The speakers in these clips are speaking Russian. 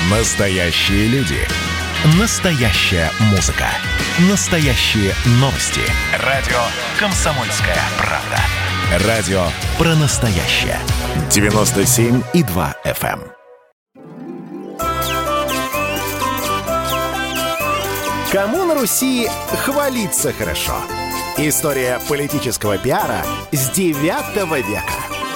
Настоящие люди. Настоящая музыка. Настоящие новости. Радио «Комсомольская правда». Радио про настоящее. 97,2 FM. Кому на Руси хвалиться хорошо? История политического пиара с 9 века.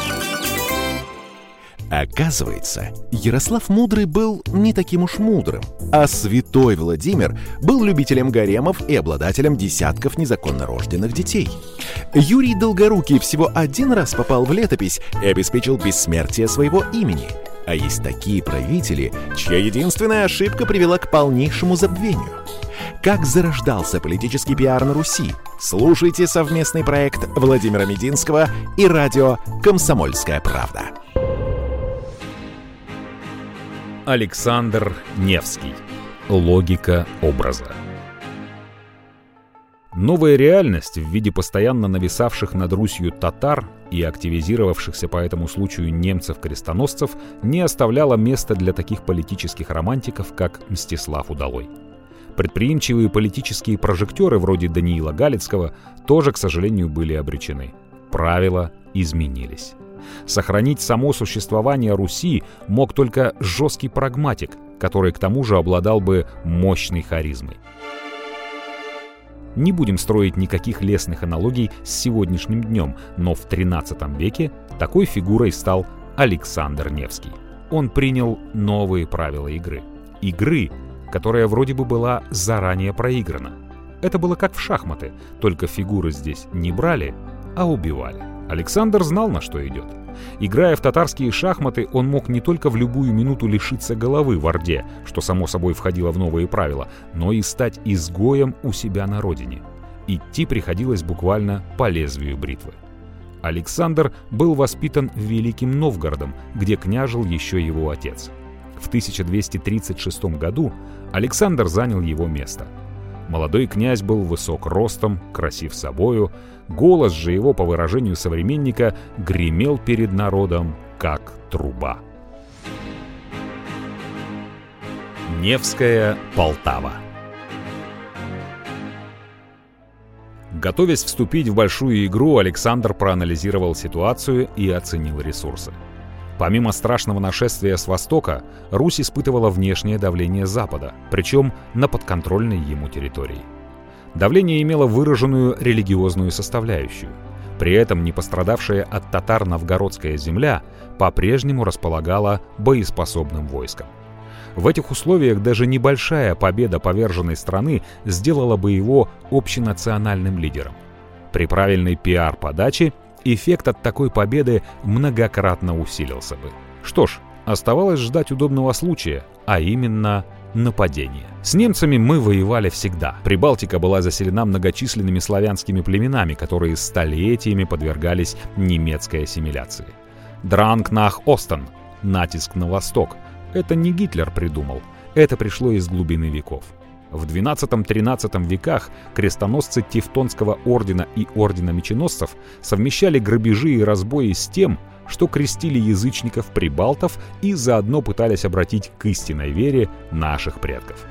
Оказывается, Ярослав Мудрый был не таким уж мудрым, а святой Владимир был любителем гаремов и обладателем десятков незаконно рожденных детей. Юрий Долгорукий всего один раз попал в летопись и обеспечил бессмертие своего имени. А есть такие правители, чья единственная ошибка привела к полнейшему забвению. Как зарождался политический пиар на Руси? Слушайте совместный проект Владимира Мединского и радио «Комсомольская правда». Александр Невский. Логика образа. Новая реальность в виде постоянно нависавших над Русью татар и активизировавшихся по этому случаю немцев-крестоносцев не оставляла места для таких политических романтиков, как Мстислав Удалой. Предприимчивые политические прожектеры вроде Даниила Галицкого тоже, к сожалению, были обречены. Правила изменились. Сохранить само существование Руси мог только жесткий прагматик, который к тому же обладал бы мощной харизмой. Не будем строить никаких лестных аналогий с сегодняшним днем, но в XIII веке такой фигурой стал Александр Невский. Он принял новые правила игры. Игры, которая вроде бы была заранее проиграна. Это было как в шахматы, только фигуры здесь не брали, а убивали. Александр знал, на что идет. Играя в татарские шахматы, он мог не только в любую минуту лишиться головы в Орде, что само собой входило в новые правила, но и стать изгоем у себя на родине. Идти приходилось буквально по лезвию бритвы. Александр был воспитан Великим Новгородом, где княжил еще его отец. В 1236 году Александр занял его место. Молодой князь был высок ростом, красив собою, голос же его, по выражению современника, гремел перед народом, как труба. Невская Полтава. Готовясь вступить в большую игру, Александр проанализировал ситуацию и оценил ресурсы. Помимо страшного нашествия с востока, Русь испытывала внешнее давление Запада, причем на подконтрольной ему территории. Давление имело выраженную религиозную составляющую. При этом не пострадавшая от татар новгородская земля по-прежнему располагала боеспособным войском. В этих условиях даже небольшая победа поверженной страны сделала бы его общенациональным лидером. При правильной пиар-подаче эффект от такой победы многократно усилился бы. Что ж, оставалось ждать удобного случая, а именно нападения. С немцами мы воевали всегда. Прибалтика была заселена многочисленными славянскими племенами, которые столетиями подвергались немецкой ассимиляции. «Дранг нах Остен» — натиск на восток. Это не Гитлер придумал, это пришло из глубины веков. В XII-XIII веках крестоносцы Тевтонского ордена и ордена меченосцев совмещали грабежи и разбои с тем, что крестили язычников-прибалтов и заодно пытались обратить к истинной вере наших предков.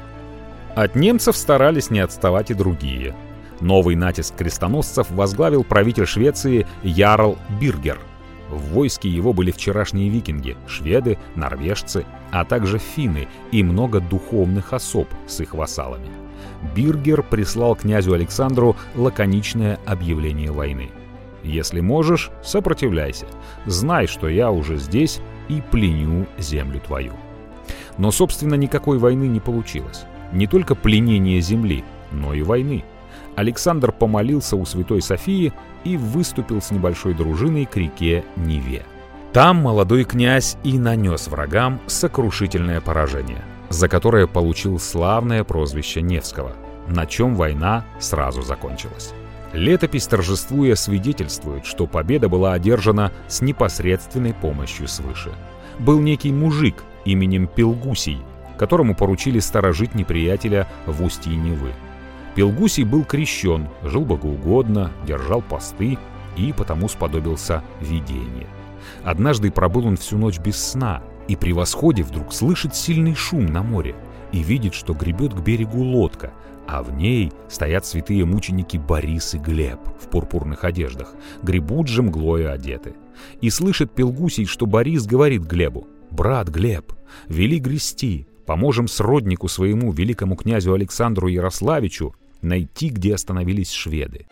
От немцев старались не отставать и другие. Новый натиск крестоносцев возглавил правитель Швеции Ярл Биргер. В войске его были вчерашние викинги, шведы, норвежцы, а также финны и много духовных особ с их вассалами. Биргер прислал князю Александру лаконичное объявление войны. «Если можешь, сопротивляйся. Знай, что я уже здесь и пленю землю твою». Но, собственно, никакой войны не получилось. Не только пленение земли, но и войны. Александр помолился у Святой Софии и выступил с небольшой дружиной к реке Неве. Там молодой князь и нанес врагам сокрушительное поражение, за которое получил славное прозвище Невского, на чем война сразу закончилась. Летопись, торжествуя, свидетельствует, что победа была одержана с непосредственной помощью свыше. Был некий мужик именем Пелгусий, которому поручили сторожить неприятеля в устье Невы. Пелгусий был крещен, жил богоугодно, держал посты и потому сподобился видения. Однажды пробыл он всю ночь без сна и при восходе вдруг слышит сильный шум на море и видит, что гребет к берегу лодка, а в ней стоят святые мученики Борис и Глеб в пурпурных одеждах, гребут же мглою одеты. И слышит Пелгусий, что Борис говорит Глебу: «Брат Глеб, вели грести, поможем сроднику своему, великому князю Александру Ярославичу, найти, где остановились шведы».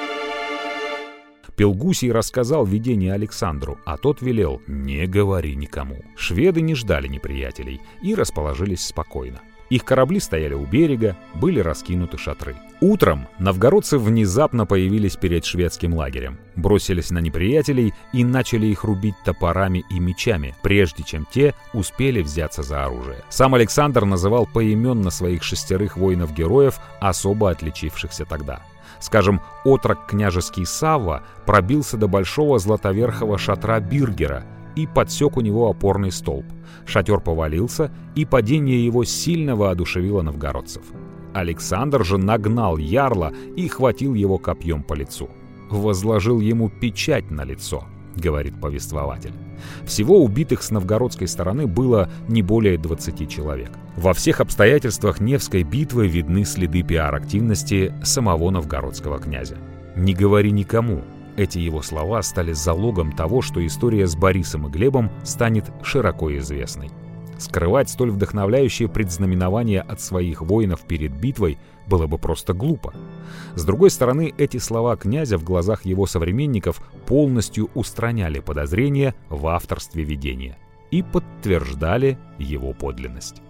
Пелгусий рассказал видение Александру, а тот велел: «Не говори никому». Шведы не ждали неприятелей и расположились спокойно. Их корабли стояли у берега, были раскинуты шатры. Утром новгородцы внезапно появились перед шведским лагерем, бросились на неприятелей и начали их рубить топорами и мечами, прежде чем те успели взяться за оружие. Сам Александр называл поименно своих 6 воинов-героев, особо отличившихся тогда. Скажем, отрок княжеский Савва пробился до большого златоверхого шатра Биргера и подсек у него опорный столб. Шатер повалился, и падение его сильно воодушевило новгородцев. Александр же нагнал ярла и хватил его копьем по лицу. «Возложил ему печать на лицо», — говорит повествователь. Всего убитых с новгородской стороны было не более 20 человек. Во всех обстоятельствах Невской битвы видны следы пиар-активности самого новгородского князя. «Не говори никому». Эти его слова стали залогом того, что история с Борисом и Глебом станет широко известной. Скрывать столь вдохновляющее предзнаменование от своих воинов перед битвой было бы просто глупо. С другой стороны, эти слова князя в глазах его современников полностью устраняли подозрения в авторстве видения и подтверждали его подлинность.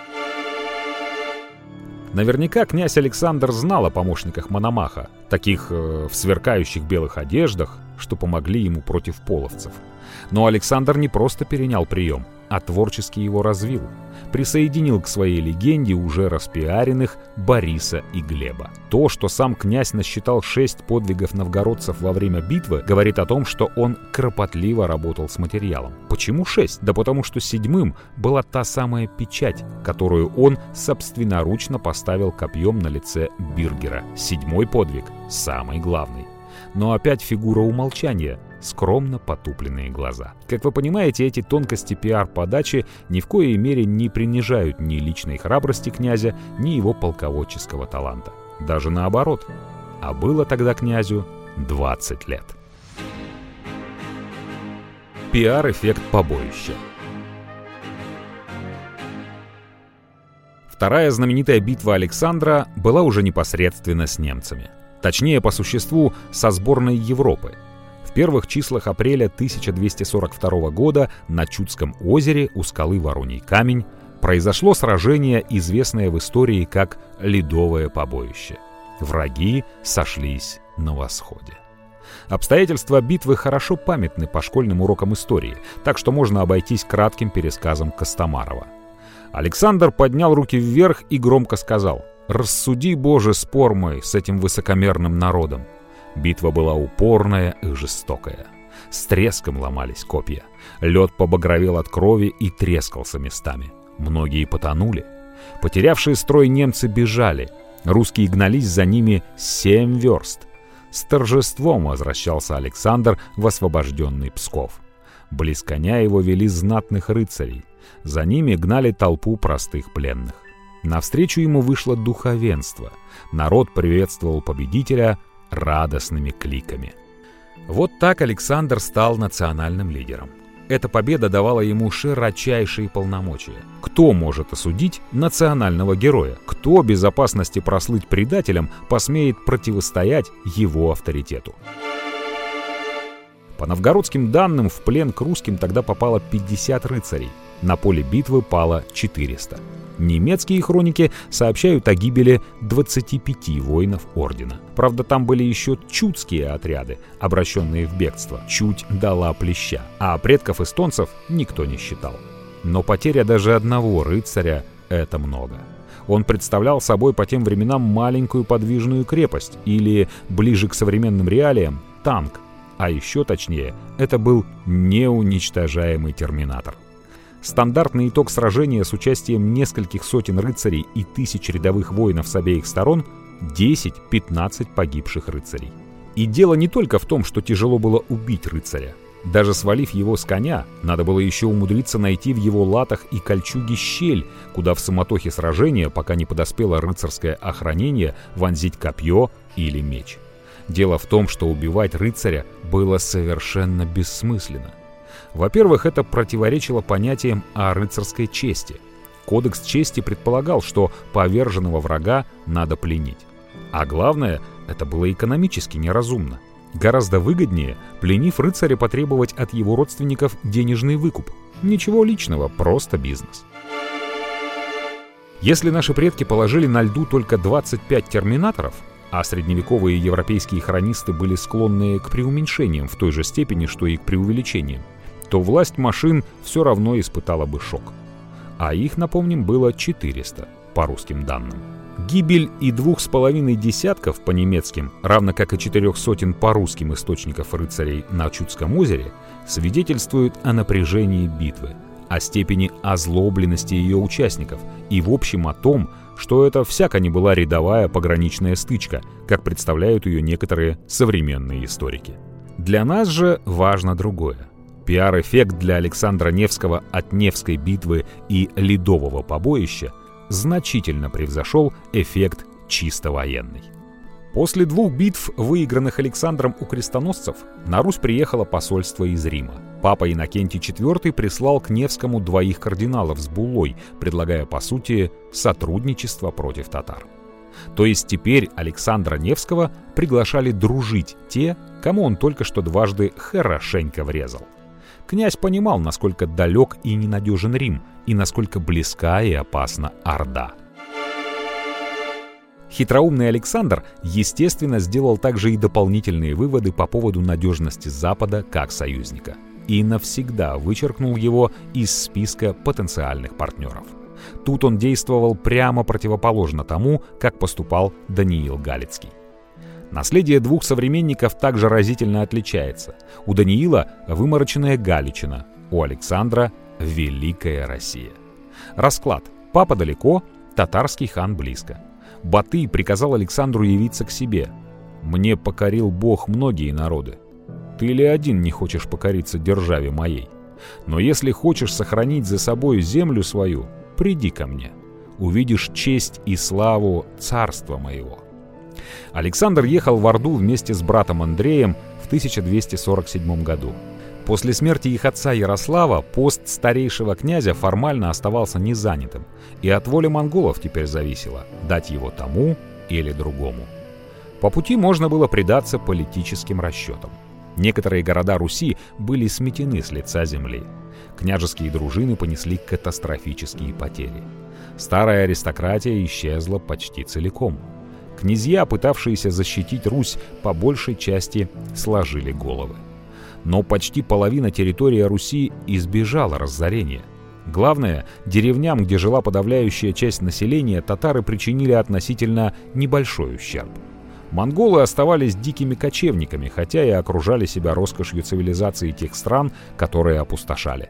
Наверняка князь Александр знал о помощниках Мономаха, таких в сверкающих белых одеждах, что помогли ему против половцев. Но Александр не просто перенял прием, а творчески его развил, присоединил к своей легенде уже распиаренных Бориса и Глеба. То, что сам князь насчитал 6 подвигов новгородцев во время битвы, говорит о том, что он кропотливо работал с материалом. Почему 6? Да потому что 7-м была та самая печать, которую он собственноручно поставил копьем на лице Биргера. 7-й подвиг – самый главный. Но опять фигура умолчания – скромно потупленные глаза. Как вы понимаете, эти тонкости пиар-подачи ни в коей мере не принижают ни личной храбрости князя, ни его полководческого таланта. Даже наоборот. А было тогда князю 20 лет. Пиар-эффект побоища. Вторая знаменитая битва Александра была уже непосредственно с немцами. Точнее, по существу, со сборной Европы. В первых числах апреля 1242 года на Чудском озере у скалы Вороний камень произошло сражение, известное в истории как «Ледовое побоище». Враги сошлись на восходе. Обстоятельства битвы хорошо памятны по школьным урокам истории, так что можно обойтись кратким пересказом Костомарова. Александр поднял руки вверх и громко сказал: «Рассуди, Боже, спор мой с этим высокомерным народом». Битва была упорная и жестокая. С треском ломались копья. Лед побагровел от крови и трескался местами. Многие потонули. Потерявшие строй немцы бежали. Русские гнались за ними 7 верст. С торжеством возвращался Александр в освобожденный Псков. Близ коня его вели знатных рыцарей. За ними гнали толпу простых пленных. Навстречу ему вышло духовенство. Народ приветствовал победителя радостными кликами. Вот так Александр стал национальным лидером. Эта победа давала ему широчайшие полномочия. Кто может осудить национального героя? Кто без опасности прослыть предателем посмеет противостоять его авторитету? По новгородским данным, в плен к русским тогда попало 50 рыцарей. На поле битвы пало 400. Немецкие хроники сообщают о гибели 25 воинов ордена. Правда, там были еще чудские отряды, обращенные в бегство. Чуть дала плеща, а предков эстонцев никто не считал. Но потеря даже одного рыцаря – это много. Он представлял собой по тем временам маленькую подвижную крепость, или, ближе к современным реалиям, танк. А еще точнее, это был неуничтожаемый терминатор. Стандартный итог сражения с участием нескольких сотен рыцарей и 1000 рядовых воинов с обеих сторон – 10-15 погибших рыцарей. И дело не только в том, что тяжело было убить рыцаря. Даже свалив его с коня, надо было еще умудриться найти в его латах и кольчуге щель, куда в суматохе сражения, пока не подоспело рыцарское охранение, вонзить копье или меч. Дело в том, что убивать рыцаря было совершенно бессмысленно. Во-первых, это противоречило понятиям о рыцарской чести. Кодекс чести предполагал, что поверженного врага надо пленить. А главное, это было экономически неразумно. Гораздо выгоднее, пленив рыцаря, потребовать от его родственников денежный выкуп. Ничего личного, просто бизнес. Если наши предки положили на льду только 25 терминаторов, а средневековые европейские хронисты были склонны к преуменьшениям в той же степени, что и к преувеличениям, то власть машин все равно испытала бы шок. А их, напомним, было 400 по русским данным. Гибель и 2,5 десятков по немецким, равно как и 400 по русским источников рыцарей на Чудском озере, свидетельствуют о напряжении битвы, о степени озлобленности ее участников и в общем о том, что это всяко не была рядовая пограничная стычка, как представляют ее некоторые современные историки. Для нас же важно другое. Пиар-эффект для Александра Невского от Невской битвы и Ледового побоища значительно превзошел эффект чисто военный. После 2 битв, выигранных Александром у крестоносцев, на Русь приехало посольство из Рима. Папа Иннокентий IV прислал к Невскому 2 кардиналов с буллой, предлагая, по сути, сотрудничество против татар. То есть теперь Александра Невского приглашали дружить те, кому он только что дважды хорошенько врезал. Князь понимал, насколько далек и ненадежен Рим, и насколько близка и опасна Орда. Хитроумный Александр, естественно, сделал также и дополнительные выводы по поводу надежности Запада как союзника. И навсегда вычеркнул его из списка потенциальных партнеров. Тут он действовал прямо противоположно тому, как поступал Даниил Галицкий. Наследие 2 современников также разительно отличается. У Даниила вымороченная Галичина, у Александра Великая Россия. Расклад: папа далеко, татарский хан близко. Батый приказал Александру явиться к себе. «Мне покорил Бог многие народы. Ты ли один не хочешь покориться державе моей? Но если хочешь сохранить за собой землю свою, приди ко мне. Увидишь честь и славу царства моего». Александр ехал в Орду вместе с братом Андреем в 1247 году. После смерти их отца Ярослава пост старейшего князя формально оставался незанятым, и от воли монголов теперь зависело, дать его тому или другому. По пути можно было предаться политическим расчетам. Некоторые города Руси были сметены с лица земли. Княжеские дружины понесли катастрофические потери. Старая аристократия исчезла почти целиком. Князья, пытавшиеся защитить Русь, по большей части сложили головы. Но почти половина территории Руси избежала разорения. Главное, деревням, где жила подавляющая часть населения, татары причинили относительно небольшой ущерб. Монголы оставались дикими кочевниками, хотя и окружали себя роскошью цивилизации тех стран, которые опустошали.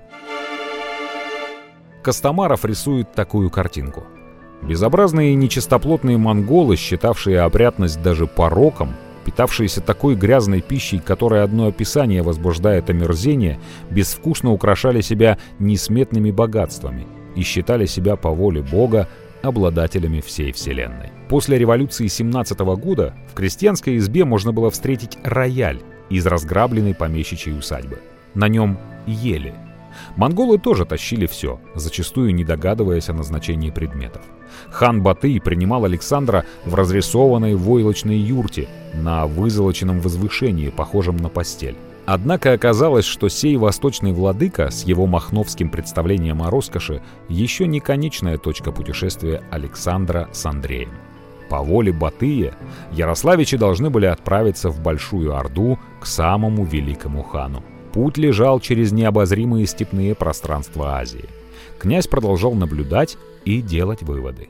Костомаров рисует такую картинку. Безобразные и нечистоплотные монголы, считавшие опрятность даже пороком, питавшиеся такой грязной пищей, которой одно описание возбуждает омерзение, безвкусно украшали себя несметными богатствами и считали себя по воле Бога обладателями всей вселенной. После революции 17 года в крестьянской избе можно было встретить рояль из разграбленной помещичьей усадьбы. На нем ели. Монголы тоже тащили все, зачастую не догадываясь о назначении предметов. Хан Батый принимал Александра в разрисованной войлочной юрте на вызолоченном возвышении, похожем на постель. Однако оказалось, что сей восточный владыка с его махновским представлением о роскоши еще не конечная точка путешествия Александра с Андреем. По воле Батыя ярославичи должны были отправиться в Большую Орду к самому великому хану. Путь лежал через необозримые степные пространства Азии. Князь продолжал наблюдать и делать выводы.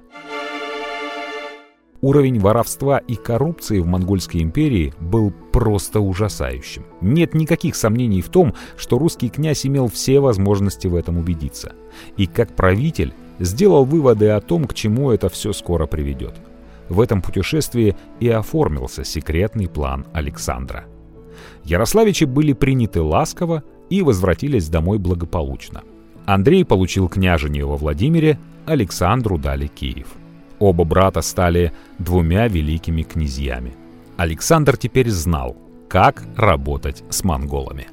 Уровень воровства и коррупции в Монгольской империи был просто ужасающим. Нет никаких сомнений в том, что русский князь имел все возможности в этом убедиться. И как правитель сделал выводы о том, к чему это все скоро приведет. В этом путешествии и оформился секретный план Александра. Ярославичи были приняты ласково и возвратились домой благополучно. Андрей получил княжение во Владимире, Александру дали Киев. Оба брата стали двумя великими князьями. Александр теперь знал, как работать с монголами.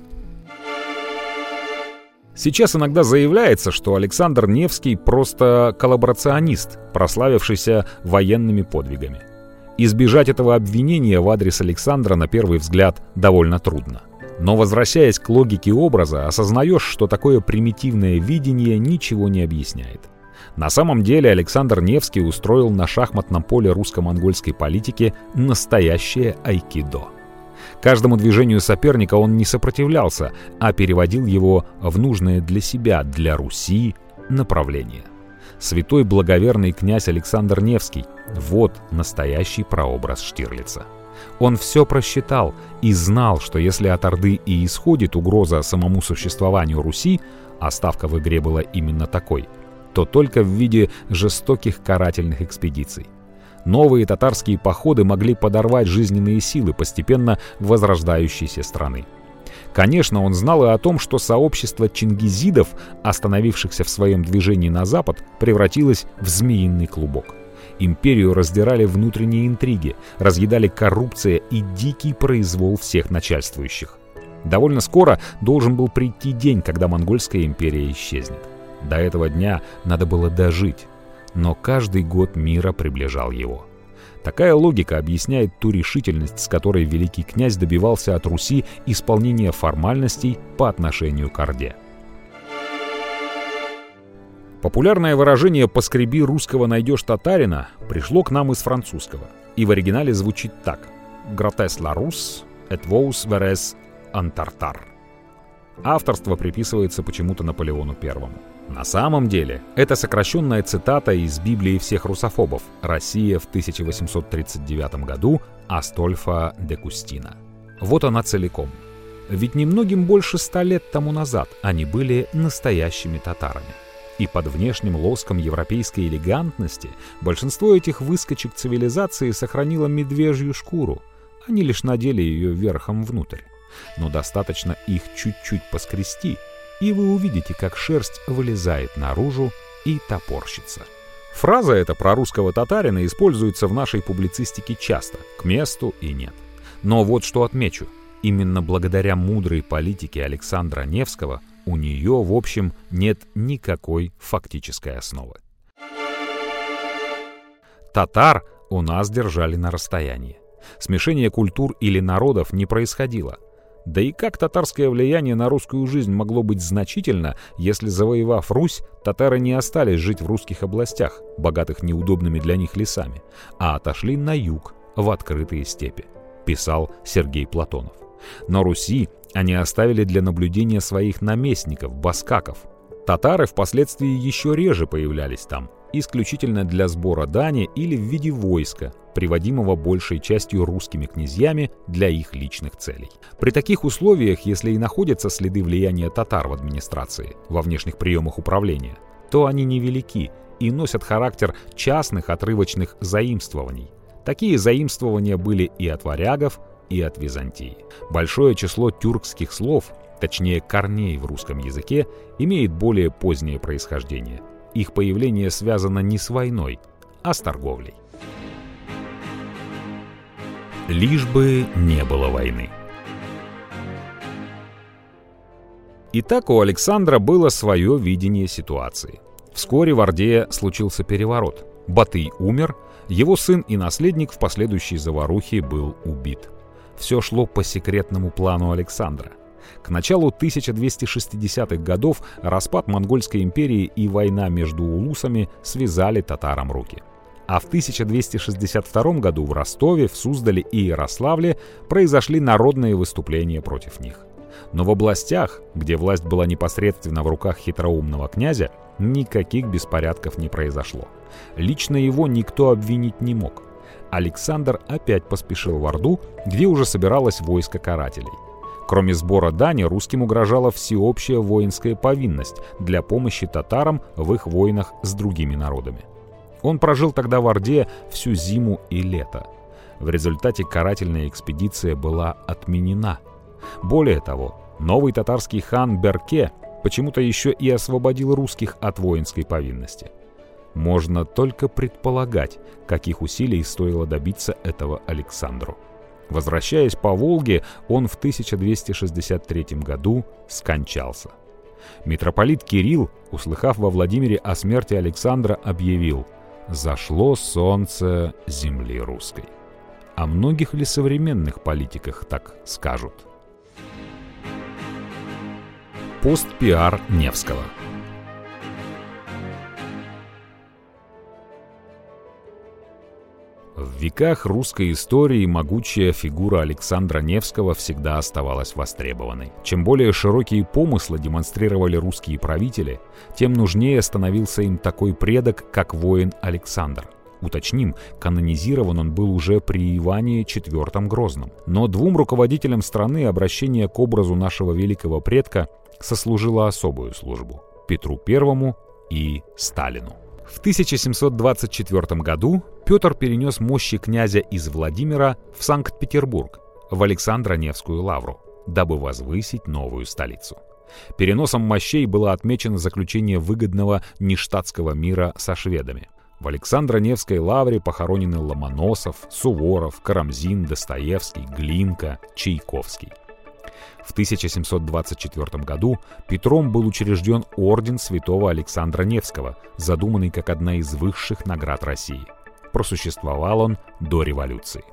Сейчас иногда заявляется, что Александр Невский просто коллаборационист, прославившийся военными подвигами. Избежать этого обвинения в адрес Александра на первый взгляд довольно трудно. Но возвращаясь к логике образа, осознаешь, что такое примитивное видение ничего не объясняет. На самом деле Александр Невский устроил на шахматном поле русско-монгольской политики настоящее айкидо. Каждому движению соперника он не сопротивлялся, а переводил его в нужное для себя, для Руси, направление. Святой благоверный князь Александр Невский – вот настоящий прообраз Штирлица. Он все просчитал и знал, что если от Орды и исходит угроза самому существованию Руси, а ставка в игре была именно такой, то только в виде жестоких карательных экспедиций. Новые татарские походы могли подорвать жизненные силы постепенно возрождающейся страны. Конечно, он знал и о том, что сообщество чингизидов, остановившихся в своем движении на запад, превратилось в змеиный клубок. Империю раздирали внутренние интриги, разъедали коррупция и дикий произвол всех начальствующих. Довольно скоро должен был прийти день, когда монгольская империя исчезнет. До этого дня надо было дожить, но каждый год мира приближал его. Такая логика объясняет ту решительность, с которой великий князь добивался от Руси исполнения формальностей по отношению к Орде. Популярное выражение «поскреби русского, найдешь татарина» пришло к нам из французского, и в оригинале звучит так: «Гратес ла рус, et vous veres en tartar». Авторство приписывается почему-то Наполеону I. На самом деле, это сокращенная цитата из Библии всех русофобов «Россия в 1839 году» Астольфа де Кустина. Вот она целиком. Ведь немногим больше 100 лет тому назад они были настоящими татарами. И под внешним лоском европейской элегантности большинство этих выскочек цивилизации сохранило медвежью шкуру, они лишь надели ее верхом внутрь. Но достаточно их чуть-чуть поскрести, и вы увидите, как шерсть вылезает наружу и топорщится. Фраза эта про русского татарина используется в нашей публицистике часто, к месту и нет. Но вот что отмечу. Именно благодаря мудрой политике Александра Невского у нее, в общем, нет никакой фактической основы. Татар у нас держали на расстоянии. Смешение культур или народов не происходило. Да и как татарское влияние на русскую жизнь могло быть значительно, если, завоевав Русь, татары не остались жить в русских областях, богатых неудобными для них лесами, а отошли на юг, в открытые степи, писал Сергей Платонов. На Руси они оставили для наблюдения своих наместников, баскаков. Татары впоследствии еще реже появлялись там, исключительно для сбора дани или в виде войска, приводимого большей частью русскими князьями для их личных целей. При таких условиях, если и находятся следы влияния татар в администрации, во внешних приемах управления, то они невелики и носят характер частных отрывочных заимствований. Такие заимствования были и от варягов, и от Византии. Большое число тюркских слов, точнее корней в русском языке, имеет более позднее происхождение. Их появление связано не с войной, а с торговлей. Лишь бы не было войны. Итак, у Александра было свое видение ситуации. Вскоре в Орде случился переворот. Батый умер, его сын и наследник в последующей заварухе был убит. Все шло по секретному плану Александра. К началу 1260-х годов распад Монгольской империи и война между улусами связали татарам руки. А в 1262 году в Ростове, в Суздале и Ярославле произошли народные выступления против них. Но в областях, где власть была непосредственно в руках хитроумного князя, никаких беспорядков не произошло. Лично его никто обвинить не мог. Александр опять поспешил в Орду, где уже собиралось войско карателей. Кроме сбора дани, русским угрожала всеобщая воинская повинность для помощи татарам в их войнах с другими народами. Он прожил тогда в Орде всю зиму и лето. В результате карательная экспедиция была отменена. Более того, новый татарский хан Берке почему-то еще и освободил русских от воинской повинности. Можно только предполагать, каких усилий стоило добиться этого Александру. Возвращаясь по Волге, он в 1263 году скончался. Митрополит Кирилл, услыхав во Владимире о смерти Александра, объявил: «Зашло солнце земли русской». О многих ли современных политиках так скажут? Пост-пиар Невского. В веках русской истории могучая фигура Александра Невского всегда оставалась востребованной. Чем более широкие помыслы демонстрировали русские правители, тем нужнее становился им такой предок, как воин Александр. Уточним, канонизирован он был уже при Иване IV Грозном. Но двум руководителям страны обращение к образу нашего великого предка сослужило особую службу – Петру I и Сталину. В 1724 году Петр перенес мощи князя из Владимира в Санкт-Петербург, в Александро-Невскую лавру, дабы возвысить новую столицу. Переносом мощей было отмечено заключение выгодного нештатского мира со шведами. В Александро-Невской лавре похоронены Ломоносов, Суворов, Карамзин, Достоевский, Глинка, Чайковский. В 1724 году Петром был учрежден орден святого Александра Невского, задуманный как одна из высших наград России. Просуществовал он до революции.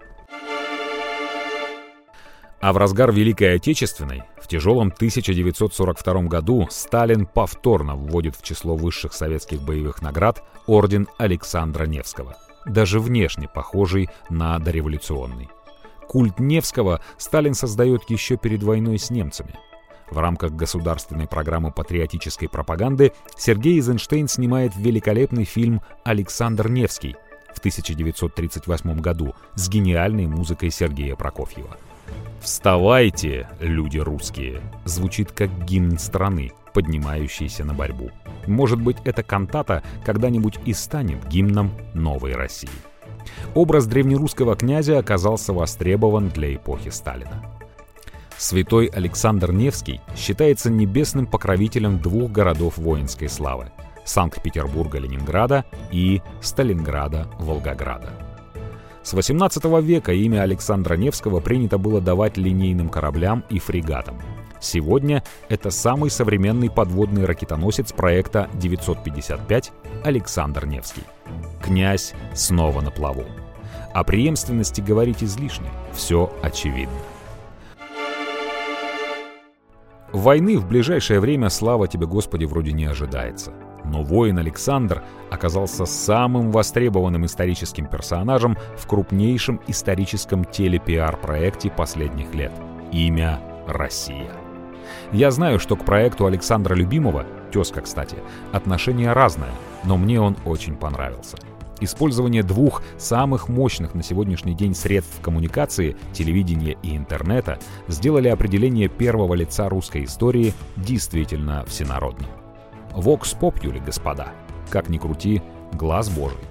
А в разгар Великой Отечественной, в тяжелом 1942 году, Сталин повторно вводит в число высших советских боевых наград орден Александра Невского, даже внешне похожий на дореволюционный. Культ Невского Сталин создает еще перед войной с немцами. В рамках государственной программы патриотической пропаганды Сергей Эйзенштейн снимает великолепный фильм «Александр Невский» в 1938 году с гениальной музыкой Сергея Прокофьева. «Вставайте, люди русские» звучит как гимн страны, поднимающейся на борьбу. Может быть, эта кантата когда-нибудь и станет гимном новой России. Образ древнерусского князя оказался востребован для эпохи Сталина. Святой Александр Невский считается небесным покровителем двух городов воинской славы – Санкт-Петербурга-Ленинграда и Сталинграда-Волгограда. С XVIII века имя Александра Невского принято было давать линейным кораблям и фрегатам. Сегодня это самый современный подводный ракетоносец проекта 955 «Александр Невский». Князь снова на плаву. О преемственности говорить излишне, все очевидно. Войны в ближайшее время, слава тебе, Господи, вроде не ожидается. Но воин Александр оказался самым востребованным историческим персонажем в крупнейшем историческом телепиар-проекте последних лет. Имя «Россия». Я знаю, что к проекту Александра Любимого, тезка, кстати, отношение разное, но мне он очень понравился. Использование двух самых мощных на сегодняшний день средств коммуникации, телевидения и интернета, сделали определение первого лица русской истории действительно всенародным. Vox Populi, господа. Как ни крути, глаз Божий.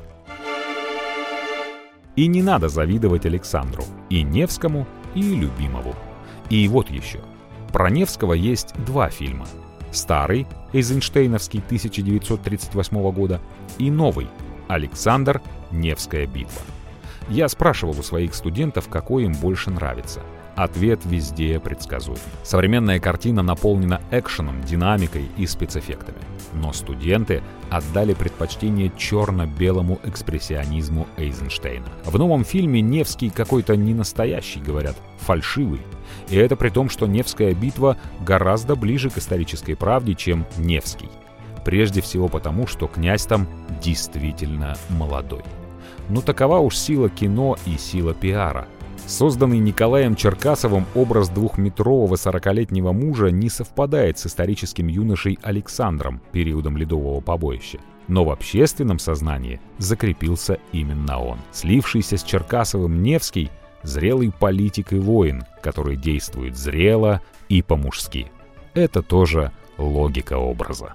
И не надо завидовать Александру, и Невскому, и Любимову. И вот еще. Про Невского есть два фильма. Старый, эйзенштейновский 1938 года, и новый, Александр, Невская битва. Я спрашивал у своих студентов, какой им больше нравится. Ответ везде предсказуем. Современная картина наполнена экшеном, динамикой и спецэффектами. Но студенты отдали предпочтение черно-белому экспрессионизму Эйзенштейна. В новом фильме Невский какой-то ненастоящий, говорят, фальшивый. И это при том, что Невская битва гораздо ближе к исторической правде, чем Невский. Прежде всего потому, что князь там действительно молодой. Но такова уж сила кино и сила пиара. Созданный Николаем Черкасовым образ двухметрового 40-летнего мужа не совпадает с историческим юношей Александром, периодом Ледового побоища. Но в общественном сознании закрепился именно он. Слившийся с Черкасовым Невский – зрелый политик и воин, который действует зрело и по-мужски. Это тоже логика образа.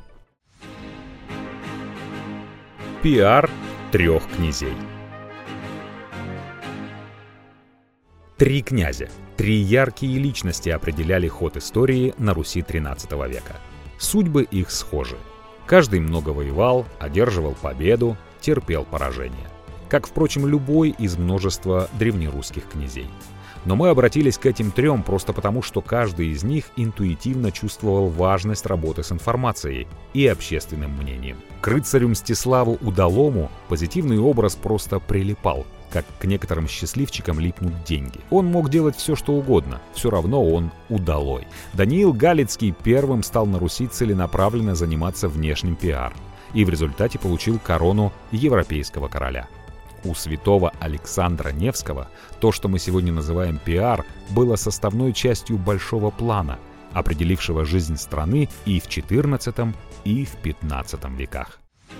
Пиар трех князей. Три князя Три яркие личности определяли ход истории на Руси XIII века. Судьбы их схожи. Каждый много воевал, одерживал победу, терпел поражение. Как, впрочем, любой из множества древнерусских князей. Но мы обратились к этим трем просто потому, что каждый из них интуитивно чувствовал важность работы с информацией и общественным мнением. К рыцарю Мстиславу Удалому позитивный образ просто прилипал, как к некоторым счастливчикам липнут деньги. Он мог делать все, что угодно, все равно он удалой. Даниил Галицкий первым стал на Руси целенаправленно заниматься внешним пиар и в результате получил корону европейского короля. У святого Александра Невского то, что мы сегодня называем пиар, было составной частью большого плана, определившего жизнь страны и в XIV, и в XV веках.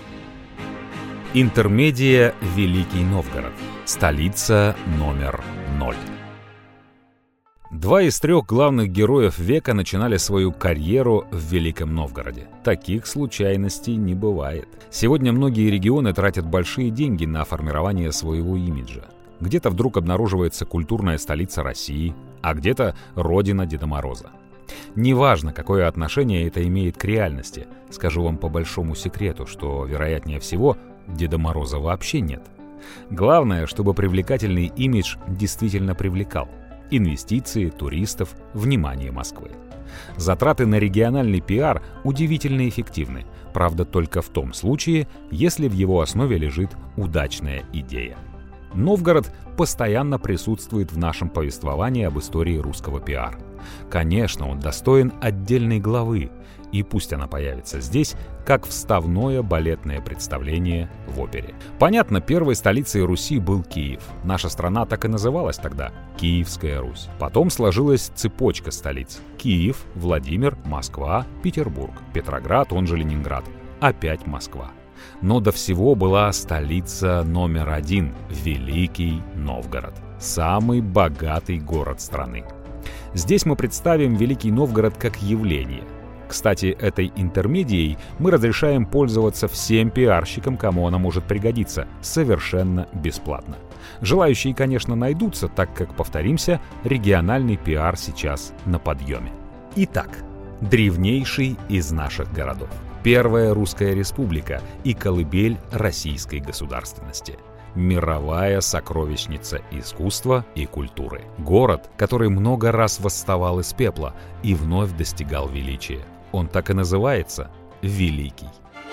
Интермедия Великий Новгород. Столица номер 0. Два из трех главных героев века начинали свою карьеру в Великом Новгороде. Таких случайностей не бывает. Сегодня многие регионы тратят большие деньги на формирование своего имиджа. Где-то вдруг обнаруживается культурная столица России, а где-то родина Деда Мороза. Неважно, какое отношение это имеет к реальности. Скажу вам по большому секрету, что, вероятнее всего, Деда Мороза вообще нет. Главное, чтобы привлекательный имидж действительно привлекал. Инвестиции, туристов, внимание Москвы. Затраты на региональный пиар удивительно эффективны, правда только в том случае, если в его основе лежит удачная идея. Новгород постоянно присутствует в нашем повествовании об истории русского пиар. Конечно, он достоин отдельной главы, и пусть она появится здесь, как вставное балетное представление в опере. Понятно, первой столицей Руси был Киев. Наша страна так и называлась тогда – Киевская Русь. Потом сложилась цепочка столиц – Киев, Владимир, Москва, Петербург, Петроград, он же Ленинград, опять Москва. Но до всего была столица номер 1 – Великий Новгород, самый богатый город страны. Здесь мы представим Великий Новгород как явление. Кстати, этой интермедией мы разрешаем пользоваться всем пиарщикам, кому она может пригодиться, совершенно бесплатно. Желающие, конечно, найдутся, так как, повторимся, региональный пиар сейчас на подъеме. Итак, древнейший из наших городов. Первая русская республика и колыбель российской государственности. Мировая сокровищница искусства и культуры. Город, который много раз восставал из пепла и вновь достигал величия. Он так и называется – Великий.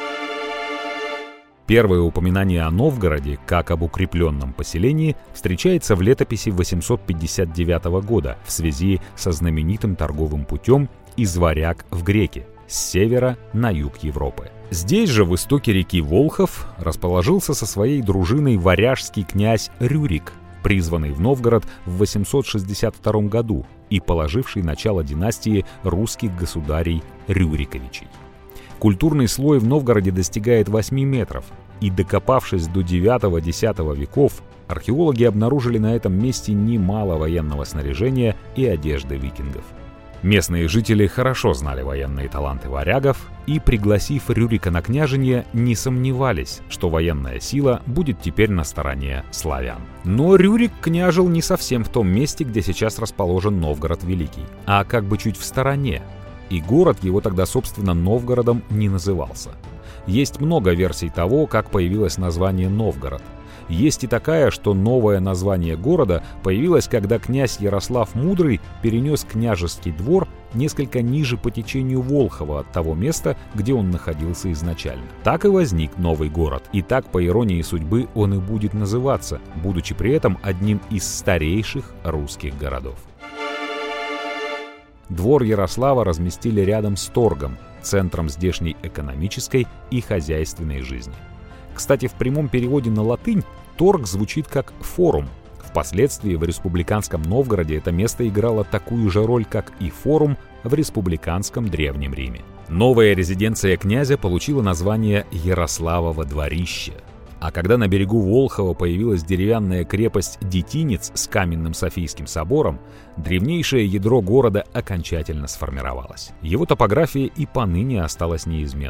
Первое упоминание о Новгороде, как об укрепленном поселении, встречается в летописи 859 года в связи со знаменитым торговым путем из Варяг в Греки, с севера на юг Европы. Здесь же, в истоке реки Волхов, расположился со своей дружиной варяжский князь Рюрик, призванный в Новгород в 862 году и положивший начало династии русских государей Рюриковичей. Культурный слой в Новгороде достигает 8 метров, и, докопавшись до 9-10 веков, археологи обнаружили на этом месте немало военного снаряжения и одежды викингов. Местные жители хорошо знали военные таланты варягов и, пригласив Рюрика на княжение, не сомневались, что военная сила будет теперь на стороне славян. Но Рюрик княжил не совсем в том месте, где сейчас расположен Новгород Великий, а как бы чуть в стороне, и город его тогда, собственно, Новгородом не назывался. Есть много версий того, как появилось название Новгород. Есть и такая, что новое название города появилось, когда князь Ярослав Мудрый перенес княжеский двор несколько ниже по течению Волхова от того места, где он находился изначально. Так и возник новый город, и так, по иронии судьбы, он и будет называться, будучи при этом одним из старейших русских городов. Двор Ярослава разместили рядом с торгом, центром здешней экономической и хозяйственной жизни. Кстати, в прямом переводе на латынь торг звучит как форум. Впоследствии в республиканском Новгороде это место играло такую же роль, как и форум в республиканском Древнем Риме. Новая резиденция князя получила название Ярославово дворище. А когда на берегу Волхова появилась деревянная крепость Детинец с каменным Софийским собором, древнейшее ядро города окончательно сформировалось. Его топография и поныне осталась неизменной.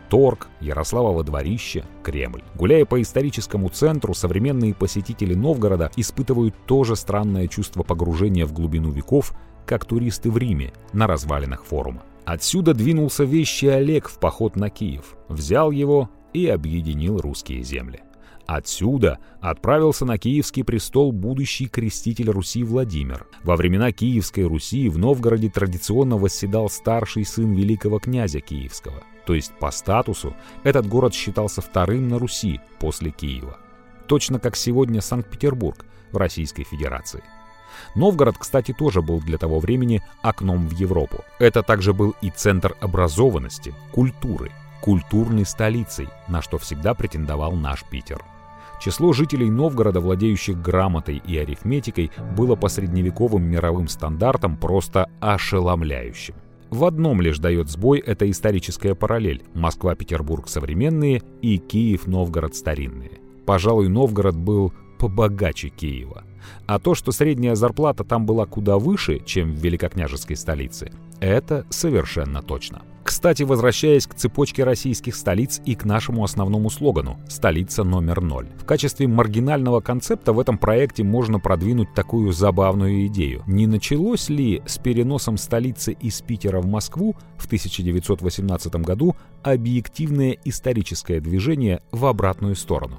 торг, Ярославово дворище, Кремль. Гуляя по историческому центру, современные посетители Новгорода испытывают то же странное чувство погружения в глубину веков, как туристы в Риме на развалинах форума. Отсюда двинулся вещий Олег в поход на Киев, взял его и объединил русские земли. Отсюда отправился на Киевский престол будущий креститель Руси Владимир. Во времена Киевской Руси в Новгороде традиционно восседал старший сын великого князя Киевского. То есть по статусу этот город считался вторым на Руси после Киева. Точно как сегодня Санкт-Петербург в Российской Федерации. Новгород, кстати, тоже был для того времени окном в Европу. Это также был и центр образованности, культуры, культурной столицей, на что всегда претендовал наш Питер. Число жителей Новгорода, владеющих грамотой и арифметикой, было по средневековым мировым стандартам просто ошеломляющим. В одном лишь дает сбой эта историческая параллель: Москва-Петербург современные и Киев-Новгород старинные. Пожалуй, Новгород был побогаче Киева. А то, что средняя зарплата там была куда выше, чем в великокняжеской столице, это совершенно точно. Кстати, возвращаясь к цепочке российских столиц и к нашему основному слогану «Столица номер 0». В качестве маргинального концепта в этом проекте можно продвинуть такую забавную идею. Не началось ли с переносом столицы из Питера в Москву в 1918 году объективное историческое движение в обратную сторону?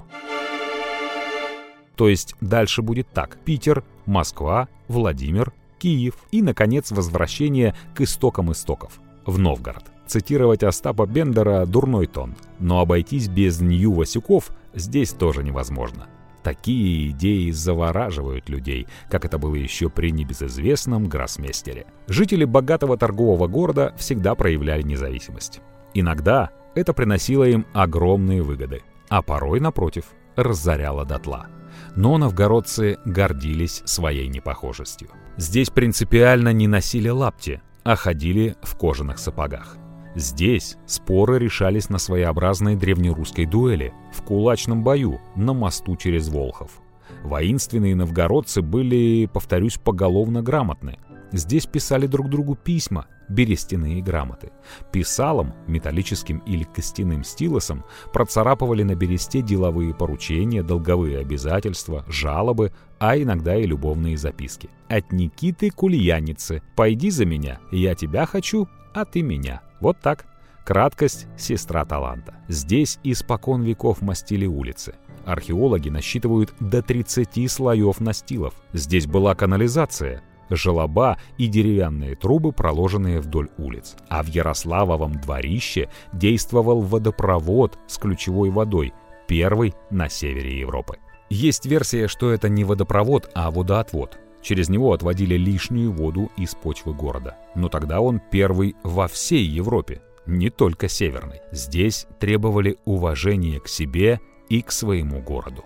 То есть дальше будет так: Питер, Москва, Владимир, Киев и, наконец, возвращение к истокам истоков — в Новгород. Цитировать Остапа Бендера — дурной тон, но обойтись без Нью-Васюков здесь тоже невозможно. Такие идеи завораживают людей, как это было еще при небезызвестном гроссмейстере. Жители богатого торгового города всегда проявляли независимость. Иногда это приносило им огромные выгоды, а порой, напротив, разоряло дотла. Но новгородцы гордились своей непохожестью. Здесь принципиально не носили лапти, а ходили в кожаных сапогах. Здесь споры решались на своеобразной древнерусской дуэли, в кулачном бою на мосту через Волхов. Воинственные новгородцы были, повторюсь, поголовно грамотны. Здесь писали друг другу письма, берестяные грамоты. Писалом, металлическим или костяным стилусом, процарапывали на бересте деловые поручения, долговые обязательства, жалобы, а иногда и любовные записки. От Никиты к Ульянице: «Пойди за меня, я тебя хочу, а ты меня». Вот так. Краткость — сестра таланта. Здесь испокон веков мастили улицы. Археологи насчитывают до 30 слоев настилов. Здесь была канализация, желоба и деревянные трубы, проложенные вдоль улиц. А в Ярославовом дворище действовал водопровод с ключевой водой, первый на севере Европы. Есть версия, что это не водопровод, а водоотвод. Через него отводили лишнюю воду из почвы города. Но тогда он первый во всей Европе, не только северной. Здесь требовали уважения к себе и к своему городу.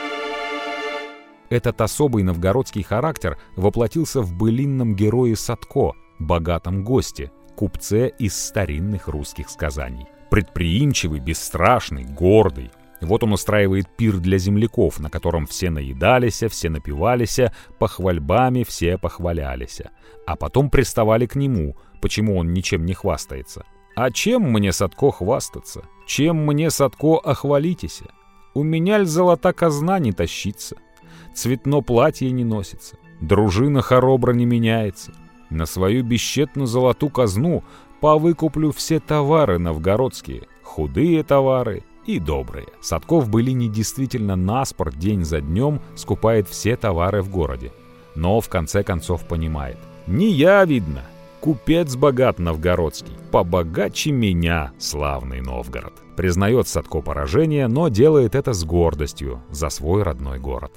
Этот особый новгородский характер воплотился в былинном герое Садко, богатом госте, купце из старинных русских сказаний. Предприимчивый, бесстрашный, гордый. Вот он устраивает пир для земляков, на котором все наедались, все напивались, похвальбами все похвалялись. А потом приставали к нему, почему он ничем не хвастается. «А чем мне, Садко, хвастаться? Чем мне, Садко, охвалитесь? У меня ль золота казна не тащится? Цветно платье не носится, дружина хоробра не меняется. На свою бесчетную золоту казну повыкуплю все товары новгородские, худые товары и добрые». Садко в былине действительно наспор день за днем скупает все товары в городе. Но в конце концов понимает: не я, видно, купец богат новгородский, побогаче меня, славный Новгород. Признает Садко поражение, но делает это с гордостью за свой родной город.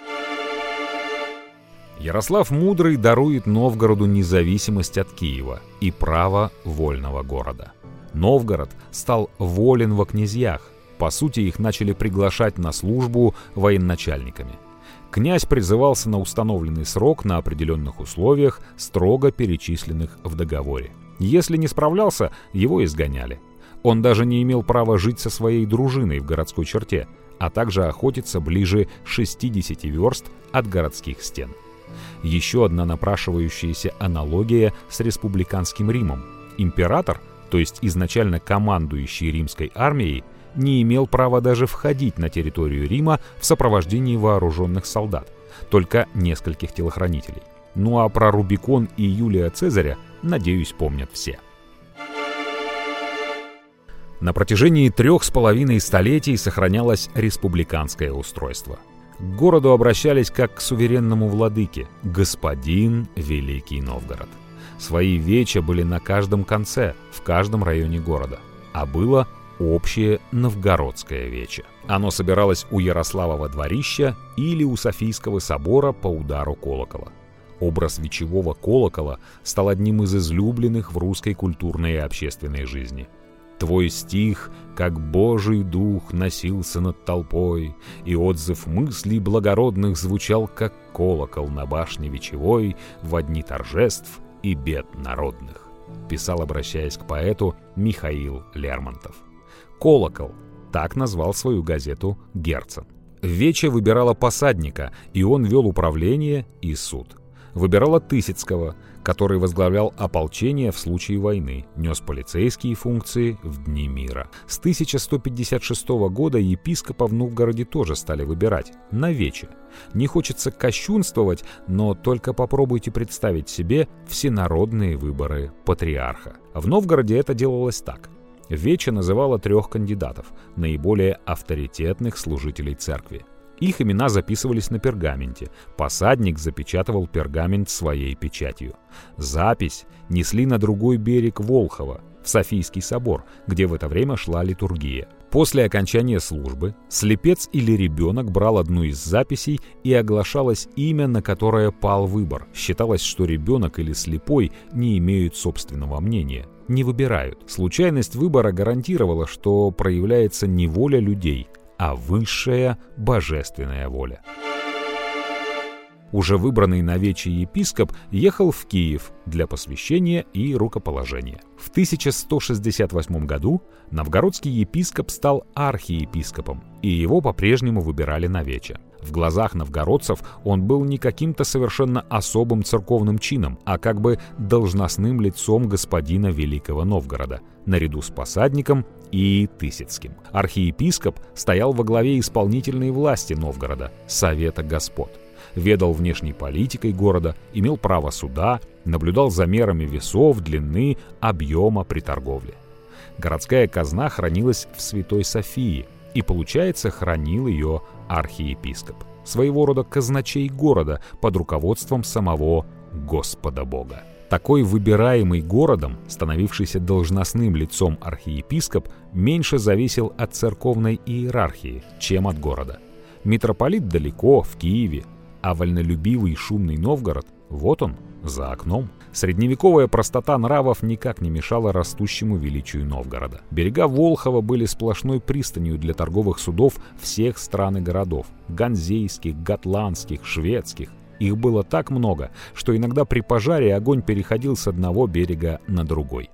Ярослав Мудрый дарует Новгороду независимость от Киева и право вольного города. Новгород стал волен во князьях. По сути, их начали приглашать на службу военачальниками. Князь призывался на установленный срок на определенных условиях, строго перечисленных в договоре. Если не справлялся, его изгоняли. Он даже не имел права жить со своей дружиной в городской черте, а также охотиться ближе 60 верст от городских стен. Еще одна напрашивающаяся аналогия с республиканским Римом. Император, то есть изначально командующий римской армией, не имел права даже входить на территорию Рима в сопровождении вооруженных солдат, только нескольких телохранителей. Ну а про Рубикон и Юлия Цезаря, надеюсь, помнят все. На протяжении 3,5 столетий сохранялось республиканское устройство. К городу обращались как к суверенному владыке – господин Великий Новгород. Свои веча были на каждом конце, в каждом районе города, а было общее новгородское вече. Оно собиралось у Ярославова дворища или у Софийского собора по удару колокола. Образ вечевого колокола стал одним из излюбленных в русской культурной и общественной жизни. Твой стих, как Божий дух, носился над толпой, и отзыв мыслей благородных звучал, как колокол на башне вечевой во дни торжеств и бед народных, писал, обращаясь к поэту, Михаил Лермонтов. «Колокол» — так назвал свою газету Герцен. Вече выбирала посадника, и он вел управление и суд. Выбирала Тысяцкого, который возглавлял ополчение в случае войны, нес полицейские функции в дни мира. С 1156 года епископа в Новгороде тоже стали выбирать, на вече. Не хочется кощунствовать, но только попробуйте представить себе всенародные выборы патриарха. В Новгороде это делалось так. Вече называла 3 кандидатов, наиболее авторитетных служителей церкви. Их имена записывались на пергаменте. Посадник запечатывал пергамент своей печатью. Запись несли на другой берег Волхова, в Софийский собор, где в это время шла литургия. После окончания службы слепец или ребенок брал одну из записей, и оглашалось имя, на которое пал выбор. Считалось, что ребенок или слепой не имеют собственного мнения, не выбирают. Случайность выбора гарантировала, что проявляется не воля людей, а высшая божественная воля. Уже выбранный на вече епископ ехал в Киев для посвящения и рукоположения. В 1168 году новгородский епископ стал архиепископом, и его по-прежнему выбирали на вече. В глазах новгородцев он был не каким-то совершенно особым церковным чином, а как бы должностным лицом господина Великого Новгорода, наряду с посадником и Тысяцким. Архиепископ стоял во главе исполнительной власти Новгорода, Совета Господ. Ведал внешней политикой города, имел право суда, наблюдал за мерами весов, длины, объема при торговле. Городская казна хранилась в Святой Софии, и, получается, хранил ее архиепископ, своего рода казначей города под руководством самого Господа Бога. Такой выбираемый городом, становившийся должностным лицом архиепископ, меньше зависел от церковной иерархии, чем от города. Митрополит далеко, в Киеве, а вольнолюбивый и шумный Новгород, вот он, за окном. Средневековая простота нравов никак не мешала растущему величию Новгорода. Берега Волхова были сплошной пристанью для торговых судов всех стран и городов – ганзейских, готландских, шведских. Их было так много, что иногда при пожаре огонь переходил с одного берега на другой.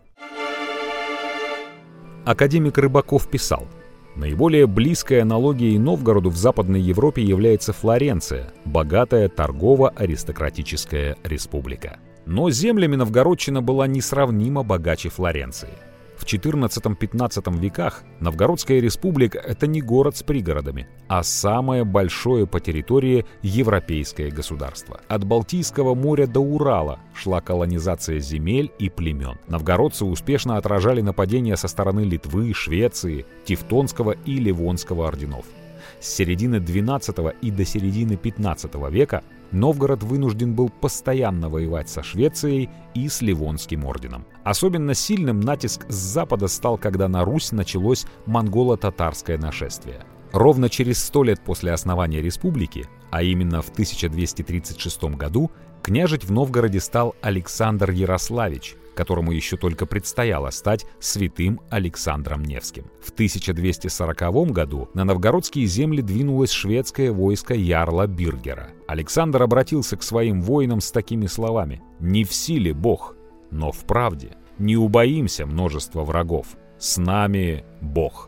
Академик Рыбаков писал: наиболее близкой аналогией Новгороду в Западной Европе является Флоренция, богатая торгово-аристократическая республика. Но землями новгородчина была несравнимо богаче Флоренции. В XIV-XV веках Новгородская республика – это не город с пригородами, а самое большое по территории европейское государство. От Балтийского моря до Урала шла колонизация земель и племен. Новгородцы успешно отражали нападения со стороны Литвы, Швеции, Тевтонского и Ливонского орденов. С середины XII и до середины XV века Новгород вынужден был постоянно воевать со Швецией и с Ливонским орденом. Особенно сильным натиск с запада стал, когда на Русь началось монголо-татарское нашествие. Ровно через 100 лет после основания республики, а именно в 1236 году, княжить в Новгороде стал Александр Ярославич, которому еще только предстояло стать святым Александром Невским. В 1240 году на новгородские земли двинулось шведское войско ярла Биргера. Александр обратился к своим воинам с такими словами: «Не в силе Бог, но в правде. Не убоимся множества врагов. С нами Бог».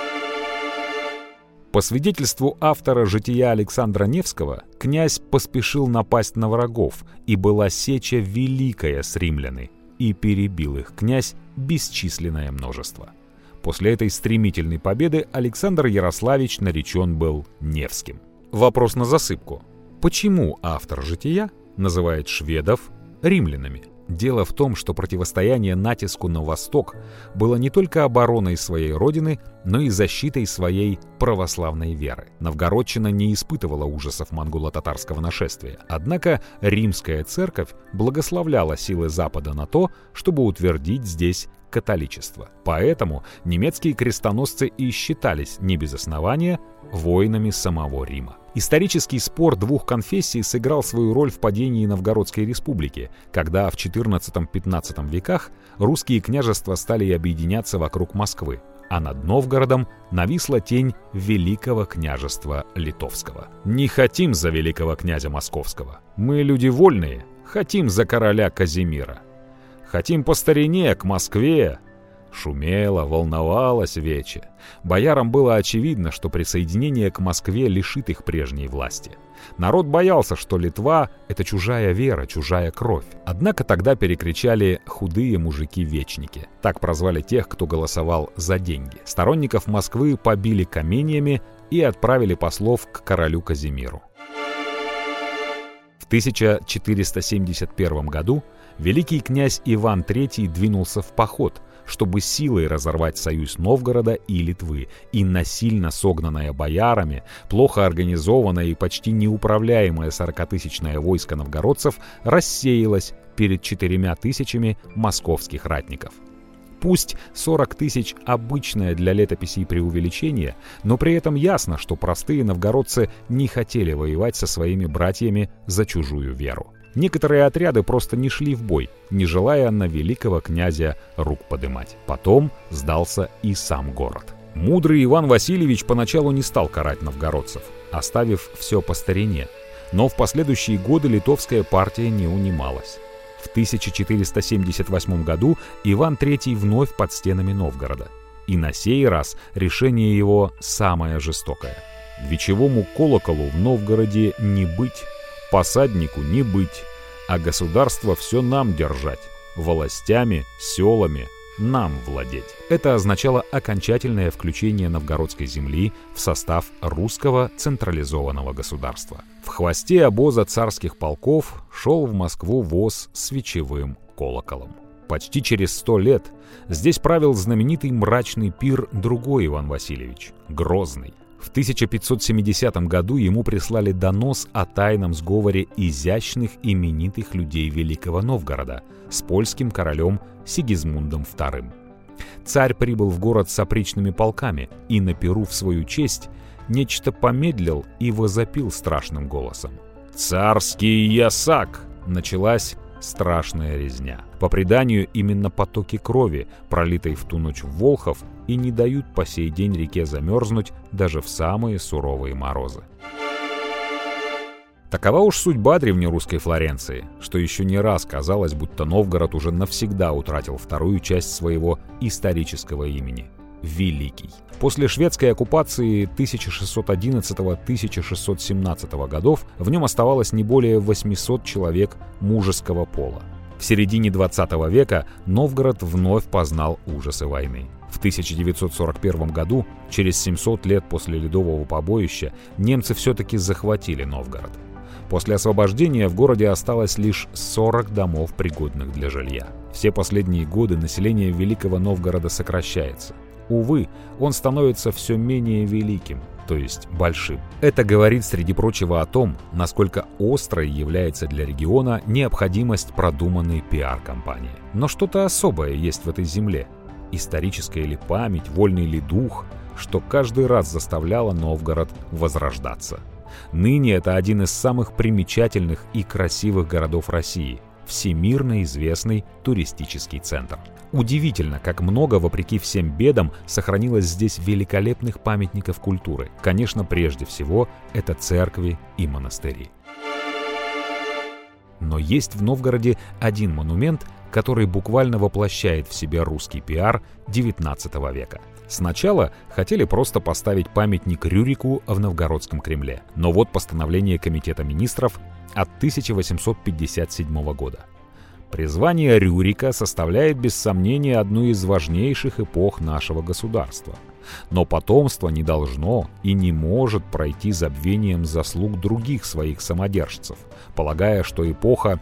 По свидетельству автора «Жития Александра Невского», князь поспешил напасть на врагов, и была сеча великая с римляны. и перебил их князь бесчисленное множество. После этой стремительной победы Александр Ярославич наречен был Невским. Вопрос на засыпку. Почему автор «Жития» называет шведов римлянами? Дело в том, что противостояние натиску на восток было не только обороной своей родины, но и защитой своей православной веры. Новгородчина не испытывала ужасов монголо-татарского нашествия, однако римская церковь благословляла силы Запада на то, чтобы утвердить здесь католичество. Поэтому немецкие крестоносцы и считались не без основания воинами самого Рима. Исторический спор двух конфессий сыграл свою роль в падении Новгородской республики, когда в XIV-XV веках русские княжества стали объединяться вокруг Москвы, а над Новгородом нависла тень Великого княжества Литовского. «Не хотим за великого князя Московского. Мы люди вольные, хотим за короля Казимира. Хотим по старине к Москве». Шумело, волновалось вече. Боярам было очевидно, что присоединение к Москве лишит их прежней власти. Народ боялся, что Литва — это чужая вера, чужая кровь. Однако тогда перекричали «худые мужики-вечники». Так прозвали тех, кто голосовал за деньги. Сторонников Москвы побили каменьями и отправили послов к королю Казимиру. В 1471 году великий князь Иван III двинулся в поход, чтобы силой разорвать союз Новгорода и Литвы, и насильно согнанное боярами, плохо организованное и почти неуправляемое 40-тысячное войско новгородцев рассеялось перед 4000 московских ратников. Пусть 40 тысяч – обычное для летописей преувеличение, но при этом ясно, что простые новгородцы не хотели воевать со своими братьями за чужую веру. Некоторые отряды просто не шли в бой, не желая на великого князя рук подымать. Потом сдался и сам город. Мудрый Иван Васильевич поначалу не стал карать новгородцев, оставив все по старине. Но в последующие годы литовская партия не унималась. В 1478 году Иван III вновь под стенами Новгорода. И на сей раз решение его самое жестокое. Вечевому колоколу в Новгороде не быть, посаднику не быть, а государство все нам держать, властями, селами нам владеть. Это означало окончательное включение новгородской земли в состав русского централизованного государства. В хвосте обоза царских полков шел в Москву воз с вечевым колоколом. Почти через 100 лет здесь правил знаменитый мрачный пир другой Иван Васильевич, Грозный. В 1570 году ему прислали донос о тайном сговоре изящных именитых людей Великого Новгорода с польским королем Сигизмундом II. Царь прибыл в город с опричными полками и на пиру в свою честь нечто помедлил и возопил страшным голосом. «Царский ясак!» Началась страшная резня. По преданию, именно потоки крови, пролитой в ту ночь в Волхов, и не дают по сей день реке замерзнуть даже в самые суровые морозы. Такова уж судьба древнерусской Флоренции, что еще не раз казалось, будто Новгород уже навсегда утратил вторую часть своего исторического имени – Великий. После шведской оккупации 1611-1617 годов в нем оставалось не более 800 человек мужеского пола. В середине 20 века Новгород вновь познал ужасы войны. В 1941 году, через 700 лет после Ледового побоища, немцы все-таки захватили Новгород. После освобождения в городе осталось лишь 40 домов, пригодных для жилья. Все последние годы население Великого Новгорода сокращается. Увы, он становится все менее великим, то есть большим. Это говорит, среди прочего, о том, насколько острой является для региона необходимость продуманной пиар-кампании. Но что-то особое есть в этой земле. Историческая ли память, вольный ли дух, что каждый раз заставляло Новгород возрождаться. Ныне это один из самых примечательных и красивых городов России, всемирно известный туристический центр. Удивительно, как много, вопреки всем бедам, сохранилось здесь великолепных памятников культуры. Конечно, прежде всего, это церкви и монастыри. Но есть в Новгороде один монумент, который буквально воплощает в себе русский пиар XIX века. Сначала хотели просто поставить памятник Рюрику в Новгородском Кремле. Но вот постановление Комитета министров от 1857 года. Призвание Рюрика составляет без сомнения одну из важнейших эпох нашего государства. Но потомство не должно и не может пройти забвением заслуг других своих самодержцев, полагая, что эпоха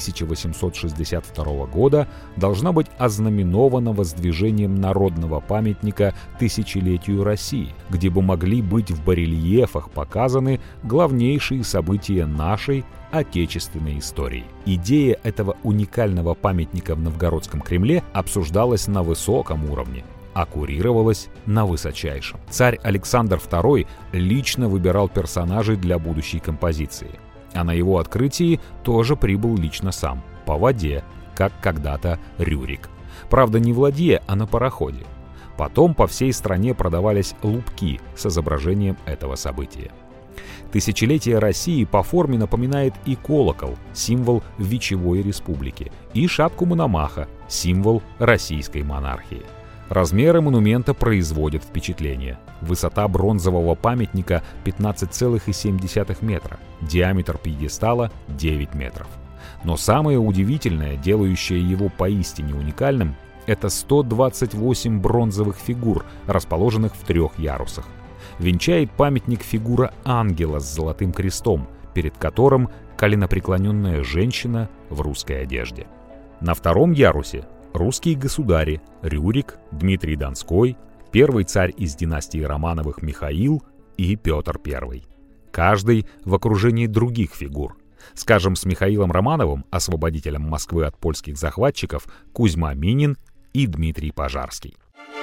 1862 года должна быть ознаменована воздвижением народного памятника тысячелетию России, где бы могли быть в барельефах показаны главнейшие события нашей отечественной истории. Идея этого уникального памятника в Новгородском Кремле обсуждалась на высоком уровне, а курировалась на высочайшем. Царь Александр II лично выбирал персонажей для будущей композиции. А на его открытии тоже прибыл лично сам, по воде, как когда-то Рюрик. Правда, не в ладье, а на пароходе. Потом по всей стране продавались лупки с изображением этого события. Тысячелетие России по форме напоминает и колокол, символ Вечевой Республики, и шапку Мономаха, символ российской монархии. Размеры монумента производят впечатление. Высота бронзового памятника 15,7 метра, диаметр пьедестала 9 метров. Но самое удивительное, делающее его поистине уникальным, это 128 бронзовых фигур, расположенных в 3 ярусах. Венчает памятник фигура ангела с золотым крестом, перед которым коленопреклоненная женщина в русской одежде. На 2 ярусе русские государи Рюрик, Дмитрий Донской, первый царь из династии Романовых Михаил и Петр I. Каждый в окружении других фигур. Скажем, с Михаилом Романовым, освободителем Москвы от польских захватчиков, Кузьма Минин и Дмитрий Пожарский.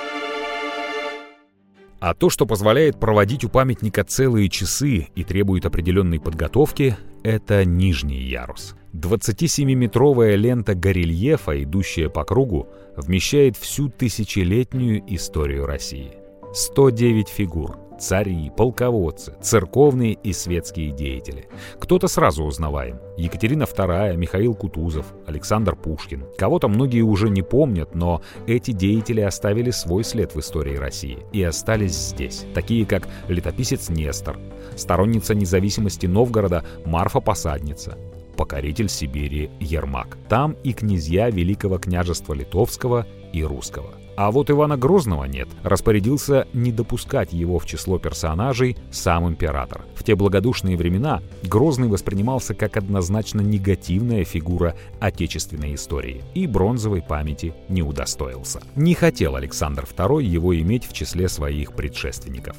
А то, что позволяет проводить у памятника целые часы и требует определенной подготовки, это нижний ярус. 27-метровая лента горельефа, идущая по кругу, вмещает всю тысячелетнюю историю России. 109 фигур. Цари, полководцы, церковные и светские деятели. Кто-то сразу узнаваем. Екатерина II, Михаил Кутузов, Александр Пушкин. Кого-то многие уже не помнят, но эти деятели оставили свой след в истории России и остались здесь. Такие как летописец Нестор, сторонница независимости Новгорода Марфа Посадница, покоритель Сибири Ермак. Там и князья Великого княжества Литовского и Русского. А вот Ивана Грозного нет. Распорядился не допускать его в число персонажей сам император. В те благодушные времена Грозный воспринимался как однозначно негативная фигура отечественной истории и бронзовой памяти не удостоился. Не хотел Александр II его иметь в числе своих предшественников.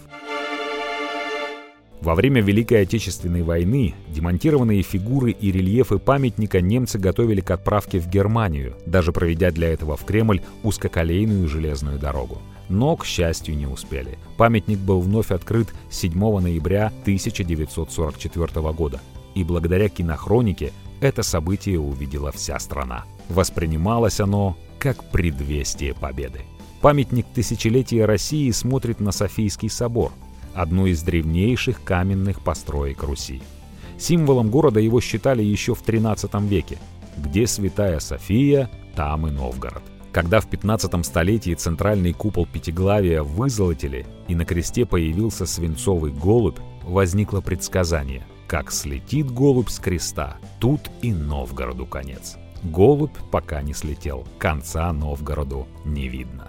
Во время Великой Отечественной войны демонтированные фигуры и рельефы памятника немцы готовили к отправке в Германию, даже проведя для этого в Кремль узкоколейную железную дорогу. Но, к счастью, не успели. Памятник был вновь открыт 7 ноября 1944 года. И благодаря кинохронике это событие увидела вся страна. Воспринималось оно как предвестие победы. Памятник тысячелетия России смотрит на Софийский собор, одну из древнейших каменных построек Руси. Символом города его считали еще в XIII веке. Где Святая София, там и Новгород. Когда в 15 столетии центральный купол Пятиглавия вызолотили и на кресте появился свинцовый голубь, возникло предсказание: как слетит голубь с креста, тут и Новгороду конец. Голубь пока не слетел, конца Новгороду не видно.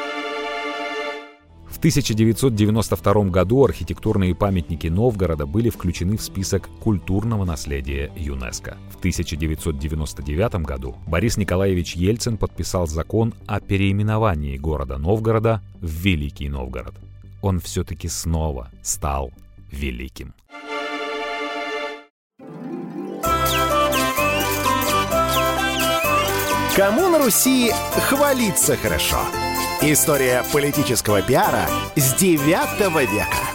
В 1992 году архитектурные памятники Новгорода были включены в список культурного наследия ЮНЕСКО. В 1999 году Борис Николаевич Ельцин подписал закон о переименовании города Новгорода в Великий Новгород. Он все-таки снова стал великим. Кому на Руси хвалиться хорошо? История политического пиара с 9 века.